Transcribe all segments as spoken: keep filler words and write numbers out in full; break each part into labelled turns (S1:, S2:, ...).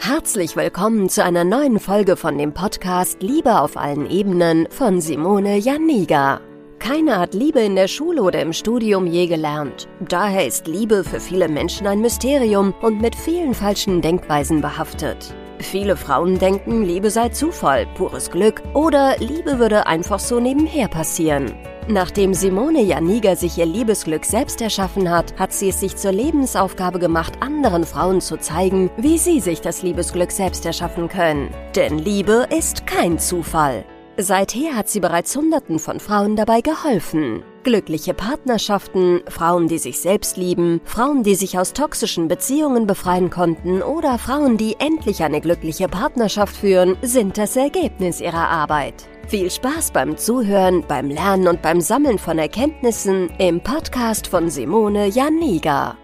S1: Herzlich willkommen zu einer neuen Folge von dem Podcast Liebe auf allen Ebenen von Simone Janiga. Keiner hat Liebe in der Schule oder im Studium je gelernt. Daher ist Liebe für viele Menschen ein Mysterium und mit vielen falschen Denkweisen behaftet. Viele Frauen denken, Liebe sei Zufall, pures Glück oder Liebe würde einfach so nebenher passieren. Nachdem Simone Janiga sich ihr Liebesglück selbst erschaffen hat, hat sie es sich zur Lebensaufgabe gemacht, anderen Frauen zu zeigen, wie sie sich das Liebesglück selbst erschaffen können. Denn Liebe ist kein Zufall. Seither hat sie bereits Hunderten von Frauen dabei geholfen. Glückliche Partnerschaften, Frauen, die sich selbst lieben, Frauen, die sich aus toxischen Beziehungen befreien konnten oder Frauen, die endlich eine glückliche Partnerschaft führen, sind das Ergebnis ihrer Arbeit. Viel Spaß beim Zuhören, beim Lernen und beim Sammeln von Erkenntnissen im Podcast von Simone Janiga.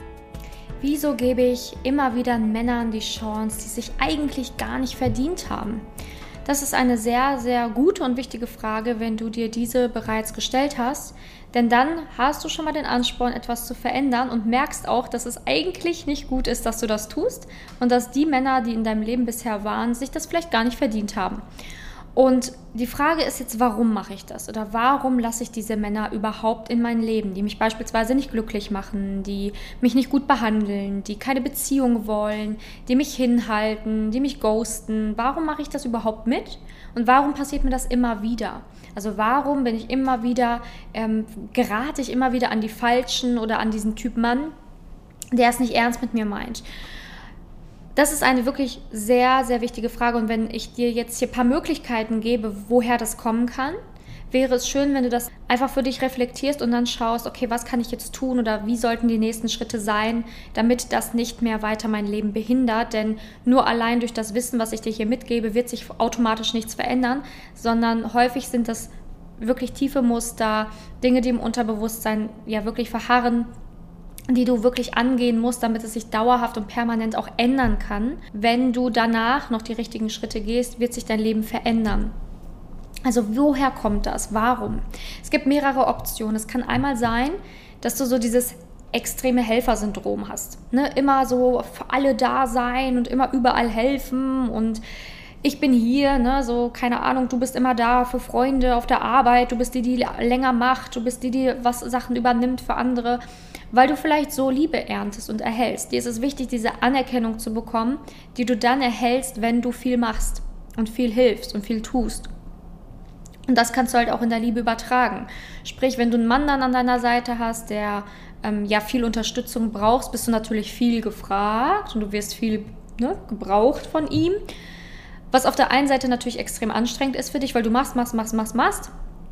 S2: Wieso gebe ich immer wieder Männern die Chance, die sich eigentlich gar nicht verdient haben? Das ist eine sehr, sehr gute und wichtige Frage, wenn du dir diese bereits gestellt hast. Denn dann hast du schon mal den Ansporn, etwas zu verändern und merkst auch, dass es eigentlich nicht gut ist, dass du das tust und dass die Männer, die in deinem Leben bisher waren, sich das vielleicht gar nicht verdient haben. Und die Frage ist jetzt, warum mache ich das? Oder warum lasse ich diese Männer überhaupt in mein Leben, die mich beispielsweise nicht glücklich machen, die mich nicht gut behandeln, die keine Beziehung wollen, die mich hinhalten, die mich ghosten? Warum mache ich das überhaupt mit? Und warum passiert mir das immer wieder? Also warum bin ich immer wieder, ähm, gerate ich immer wieder an die Falschen oder an diesen Typ Mann, der es nicht ernst mit mir meint? Das ist eine wirklich sehr, sehr wichtige Frage und wenn ich dir jetzt hier ein paar Möglichkeiten gebe, woher das kommen kann, wäre es schön, wenn du das einfach für dich reflektierst und dann schaust, okay, was kann ich jetzt tun oder wie sollten die nächsten Schritte sein, damit das nicht mehr weiter mein Leben behindert, denn nur allein durch das Wissen, was ich dir hier mitgebe, wird sich automatisch nichts verändern, sondern häufig sind das wirklich tiefe Muster, Dinge, die im Unterbewusstsein ja wirklich verharren, die du wirklich angehen musst, damit es sich dauerhaft und permanent auch ändern kann. Wenn du danach noch die richtigen Schritte gehst, wird sich dein Leben verändern. Also woher kommt das? Warum? Es gibt mehrere Optionen. Es kann einmal sein, dass du so dieses extreme Helfersyndrom hast. Ne? Immer so für alle da sein und immer überall helfen und ich bin hier, ne, so, keine Ahnung, du bist immer da für Freunde auf der Arbeit, du bist die, die länger macht, du bist die, die was Sachen übernimmt für andere, weil du vielleicht so Liebe erntest und erhältst. Dir ist es wichtig, diese Anerkennung zu bekommen, die du dann erhältst, wenn du viel machst und viel hilfst und viel tust. Und das kannst du halt auch in der Liebe übertragen. Sprich, wenn du einen Mann dann an deiner Seite hast, der ähm, ja viel Unterstützung brauchst, bist du natürlich viel gefragt und du wirst viel ne, gebraucht von ihm. Was auf der einen Seite natürlich extrem anstrengend ist für dich, weil du machst, machst, machst, machst, machst.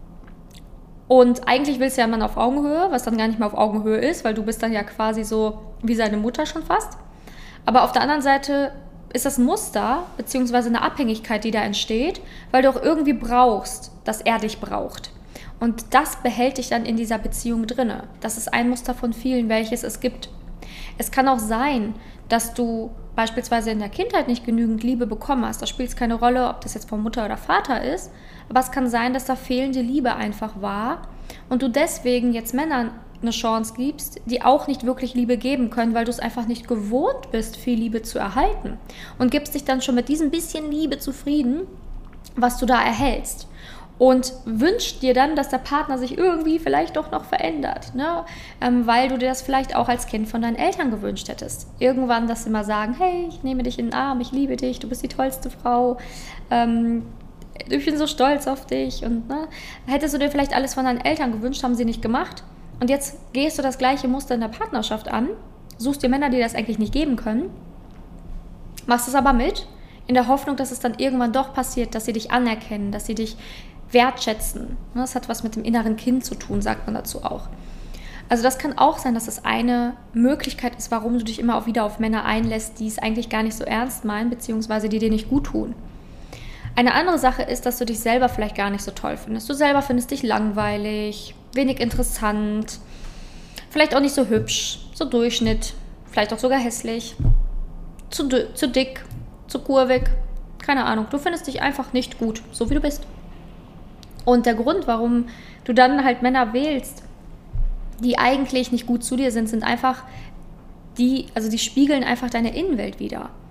S2: Und eigentlich willst du ja einen Mann auf Augenhöhe, was dann gar nicht mehr auf Augenhöhe ist, weil du bist dann ja quasi so wie seine Mutter schon fast. Aber auf der anderen Seite ist das ein Muster, beziehungsweise eine Abhängigkeit, die da entsteht, weil du auch irgendwie brauchst, dass er dich braucht. Und das behält dich dann in dieser Beziehung drinne. Das ist ein Muster von vielen, welches es gibt. Es kann auch sein, dass du beispielsweise in der Kindheit nicht genügend Liebe bekommen hast. Da spielt es keine Rolle, ob das jetzt von Mutter oder Vater ist. Aber es kann sein, dass da fehlende Liebe einfach war und du deswegen jetzt Männern eine Chance gibst, die auch nicht wirklich Liebe geben können, weil du es einfach nicht gewohnt bist, viel Liebe zu erhalten. Und gibst dich dann schon mit diesem bisschen Liebe zufrieden, was du da erhältst. Und wünscht dir dann, dass der Partner sich irgendwie vielleicht doch noch verändert, ne? Ähm, weil du dir das vielleicht auch als Kind von deinen Eltern gewünscht hättest. Irgendwann, dass sie mal sagen, hey, ich nehme dich in den Arm, ich liebe dich, du bist die tollste Frau, ähm, ich bin so stolz auf dich. Und ne, hättest du dir vielleicht alles von deinen Eltern gewünscht, haben sie nicht gemacht. Und jetzt gehst du das gleiche Muster in der Partnerschaft an, suchst dir Männer, die das eigentlich nicht geben können, machst es aber mit, in der Hoffnung, dass es dann irgendwann doch passiert, dass sie dich anerkennen, dass sie dich wertschätzen. Das hat was mit dem inneren Kind zu tun, sagt man dazu auch. Also das kann auch sein, dass das eine Möglichkeit ist, warum du dich immer auch wieder auf Männer einlässt, die es eigentlich gar nicht so ernst meinen, beziehungsweise die dir nicht gut tun. Eine andere Sache ist, dass du dich selber vielleicht gar nicht so toll findest. Du selber findest dich langweilig, wenig interessant, vielleicht auch nicht so hübsch, so Durchschnitt, vielleicht auch sogar hässlich, zu, zu dick, zu kurvig, keine Ahnung. Du findest dich einfach nicht gut, so wie du bist. Und der Grund, warum du dann halt Männer wählst, die eigentlich nicht gut zu dir sind, sind einfach die, also die spiegeln einfach deine Innenwelt wider.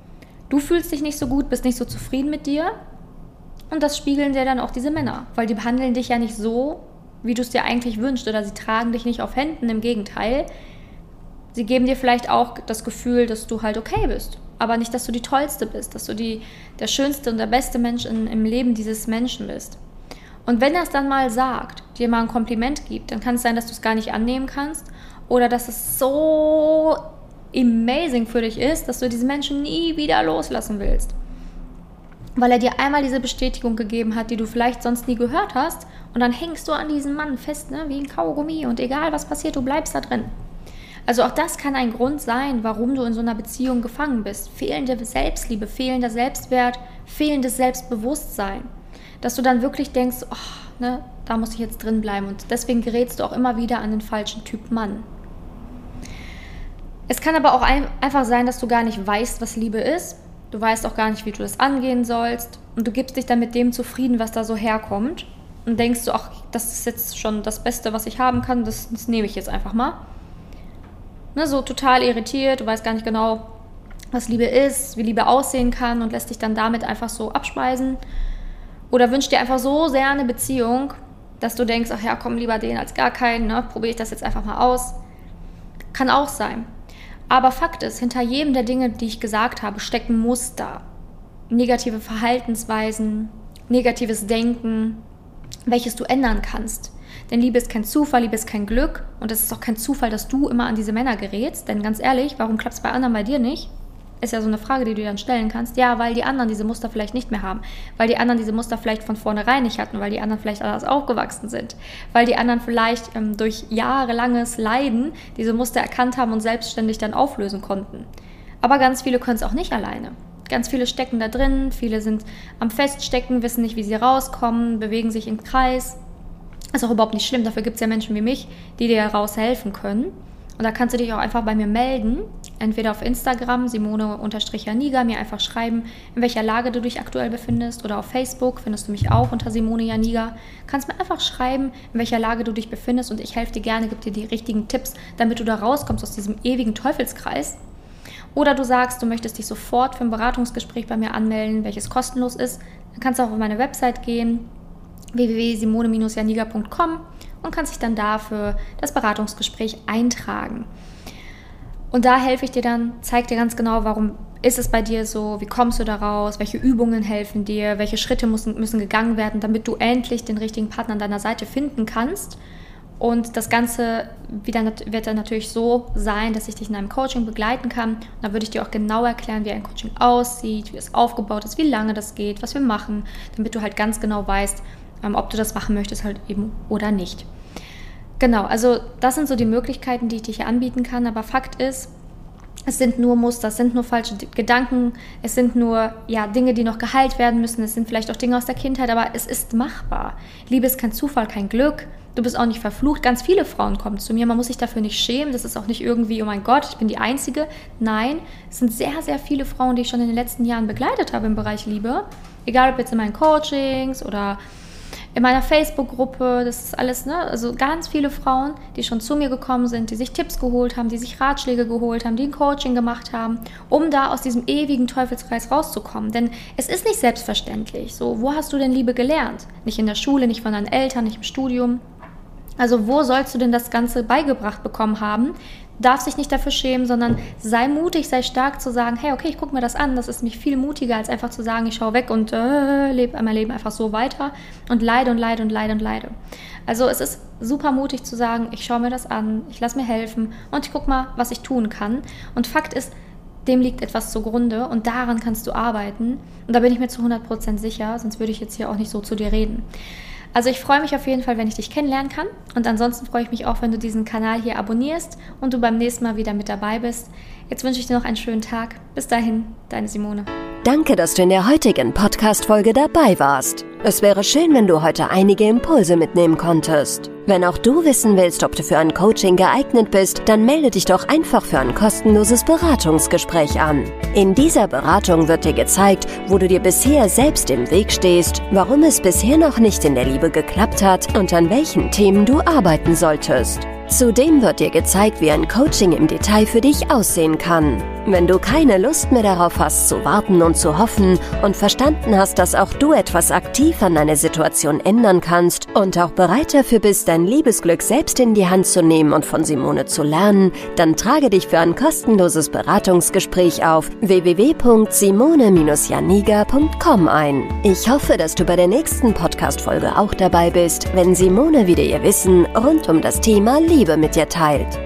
S2: Du fühlst dich nicht so gut, bist nicht so zufrieden mit dir und das spiegeln dir dann auch diese Männer, weil die behandeln dich ja nicht so, wie du es dir eigentlich wünschst oder sie tragen dich nicht auf Händen, im Gegenteil. Sie geben dir vielleicht auch das Gefühl, dass du halt okay bist, aber nicht, dass du die Tollste bist, dass du die, der schönste und der beste Mensch in, im Leben dieses Menschen bist. Und wenn er es dann mal sagt, dir mal ein Kompliment gibt, dann kann es sein, dass du es gar nicht annehmen kannst oder dass es so amazing für dich ist, dass du diesen Menschen nie wieder loslassen willst. Weil er dir einmal diese Bestätigung gegeben hat, die du vielleicht sonst nie gehört hast und dann hängst du an diesem Mann fest, ne, wie ein Kaugummi und egal was passiert, du bleibst da drin. Also auch das kann ein Grund sein, warum du in so einer Beziehung gefangen bist. Fehlende Selbstliebe, fehlender Selbstwert, fehlendes Selbstbewusstsein. Dass du dann wirklich denkst, oh, ne, da muss ich jetzt drin bleiben und deswegen gerätst du auch immer wieder an den falschen Typ Mann. Es kann aber auch ein, einfach sein, dass du gar nicht weißt, was Liebe ist. Du weißt auch gar nicht, wie du das angehen sollst und du gibst dich dann mit dem zufrieden, was da so herkommt und denkst so, ach, das ist jetzt schon das Beste, was ich haben kann, das, das nehme ich jetzt einfach mal. Ne, so total irritiert, du weißt gar nicht genau, was Liebe ist, wie Liebe aussehen kann und lässt dich dann damit einfach so abspeisen. Oder wünschst dir einfach so sehr eine Beziehung, dass du denkst, ach ja, komm, lieber den als gar keinen, ne? Probiere ich das jetzt einfach mal aus. Kann auch sein. Aber Fakt ist, hinter jedem der Dinge, die ich gesagt habe, stecken Muster, negative Verhaltensweisen, negatives Denken, welches du ändern kannst. Denn Liebe ist kein Zufall, Liebe ist kein Glück und es ist auch kein Zufall, dass du immer an diese Männer gerätst. Denn ganz ehrlich, warum klappt es bei anderen bei dir nicht? Ist ja so eine Frage, die du dir dann stellen kannst. Ja, weil die anderen diese Muster vielleicht nicht mehr haben. Weil die anderen diese Muster vielleicht von vornherein nicht hatten. Weil die anderen vielleicht anders aufgewachsen sind. Weil die anderen vielleicht ähm, durch jahrelanges Leiden diese Muster erkannt haben und selbstständig dann auflösen konnten. Aber ganz viele können es auch nicht alleine. Ganz viele stecken da drin. Viele sind am Feststecken, wissen nicht, wie sie rauskommen, bewegen sich im Kreis. Ist auch überhaupt nicht schlimm. Dafür gibt es ja Menschen wie mich, die dir raushelfen können. Und da kannst du dich auch einfach bei mir melden, entweder auf Instagram, Simone-Janiga, mir einfach schreiben, in welcher Lage du dich aktuell befindest, oder auf Facebook findest du mich auch unter Simone Janiga. Kannst mir einfach schreiben, in welcher Lage du dich befindest und ich helfe dir gerne, gebe dir die richtigen Tipps, damit du da rauskommst aus diesem ewigen Teufelskreis. Oder du sagst, du möchtest dich sofort für ein Beratungsgespräch bei mir anmelden, welches kostenlos ist. Dann kannst du auch auf meine Website gehen, w w w punkt simone janiga punkt com und kannst dich dann dafür das Beratungsgespräch eintragen. Und da helfe ich dir dann, zeige dir ganz genau, warum ist es bei dir so, wie kommst du da raus, welche Übungen helfen dir, welche Schritte müssen, müssen gegangen werden, damit du endlich den richtigen Partner an deiner Seite finden kannst. Und das Ganze wird dann natürlich so sein, dass ich dich in einem Coaching begleiten kann. Und da würde ich dir auch genau erklären, wie ein Coaching aussieht, wie es aufgebaut ist, wie lange das geht, was wir machen, damit du halt ganz genau weißt, ob du das machen möchtest halt eben oder nicht. Genau, also das sind so die Möglichkeiten, die ich dir hier anbieten kann, aber Fakt ist, es sind nur Muster, es sind nur falsche Gedanken, es sind nur ja, Dinge, die noch geheilt werden müssen, es sind vielleicht auch Dinge aus der Kindheit, aber es ist machbar. Liebe ist kein Zufall, kein Glück, du bist auch nicht verflucht. Ganz viele Frauen kommen zu mir, man muss sich dafür nicht schämen, das ist auch nicht irgendwie, oh mein Gott, ich bin die Einzige. Nein, es sind sehr, sehr viele Frauen, die ich schon in den letzten Jahren begleitet habe im Bereich Liebe, egal ob jetzt in meinen Coachings oder in meiner Facebook-Gruppe, das ist alles, ne, also ganz viele Frauen, die schon zu mir gekommen sind, die sich Tipps geholt haben, die sich Ratschläge geholt haben, die ein Coaching gemacht haben, um da aus diesem ewigen Teufelskreis rauszukommen. Denn es ist nicht selbstverständlich. So, wo hast du denn Liebe gelernt? Nicht in der Schule, nicht von deinen Eltern, nicht im Studium. Also wo sollst du denn das Ganze beigebracht bekommen haben? Darfst dich nicht dafür schämen, sondern sei mutig, sei stark zu sagen, hey, okay, ich gucke mir das an, das ist mich viel mutiger, als einfach zu sagen, ich schaue weg und äh, lebe mein Leben einfach so weiter und leide und leide und leide und leide. Also es ist super mutig zu sagen, ich schaue mir das an, ich lasse mir helfen und ich gucke mal, was ich tun kann. Und Fakt ist, dem liegt etwas zugrunde und daran kannst du arbeiten. Und da bin ich mir zu hundert Prozent sicher, sonst würde ich jetzt hier auch nicht so zu dir reden. Also ich freue mich auf jeden Fall, wenn ich dich kennenlernen kann und ansonsten freue ich mich auch, wenn du diesen Kanal hier abonnierst und du beim nächsten Mal wieder mit dabei bist. Jetzt wünsche ich dir noch einen schönen Tag. Bis dahin, deine Simone.
S1: Danke, dass du in der heutigen Podcast-Folge dabei warst. Es wäre schön, wenn du heute einige Impulse mitnehmen konntest. Wenn auch du wissen willst, ob du für ein Coaching geeignet bist, dann melde dich doch einfach für ein kostenloses Beratungsgespräch an. In dieser Beratung wird dir gezeigt, wo du dir bisher selbst im Weg stehst, warum es bisher noch nicht in der Liebe geklappt hat und an welchen Themen du arbeiten solltest. Zudem wird dir gezeigt, wie ein Coaching im Detail für dich aussehen kann. Wenn du keine Lust mehr darauf hast, zu warten und zu hoffen und verstanden hast, dass auch du etwas aktiv an deiner Situation ändern kannst und auch bereit dafür bist, dein Liebesglück selbst in die Hand zu nehmen und von Simone zu lernen, dann trage dich für ein kostenloses Beratungsgespräch auf w w w punkt simone janiga punkt com ein. Ich hoffe, dass du bei der nächsten Podcast-Folge auch dabei bist, wenn Simone wieder ihr Wissen rund um das Thema Liebe mit dir teilt.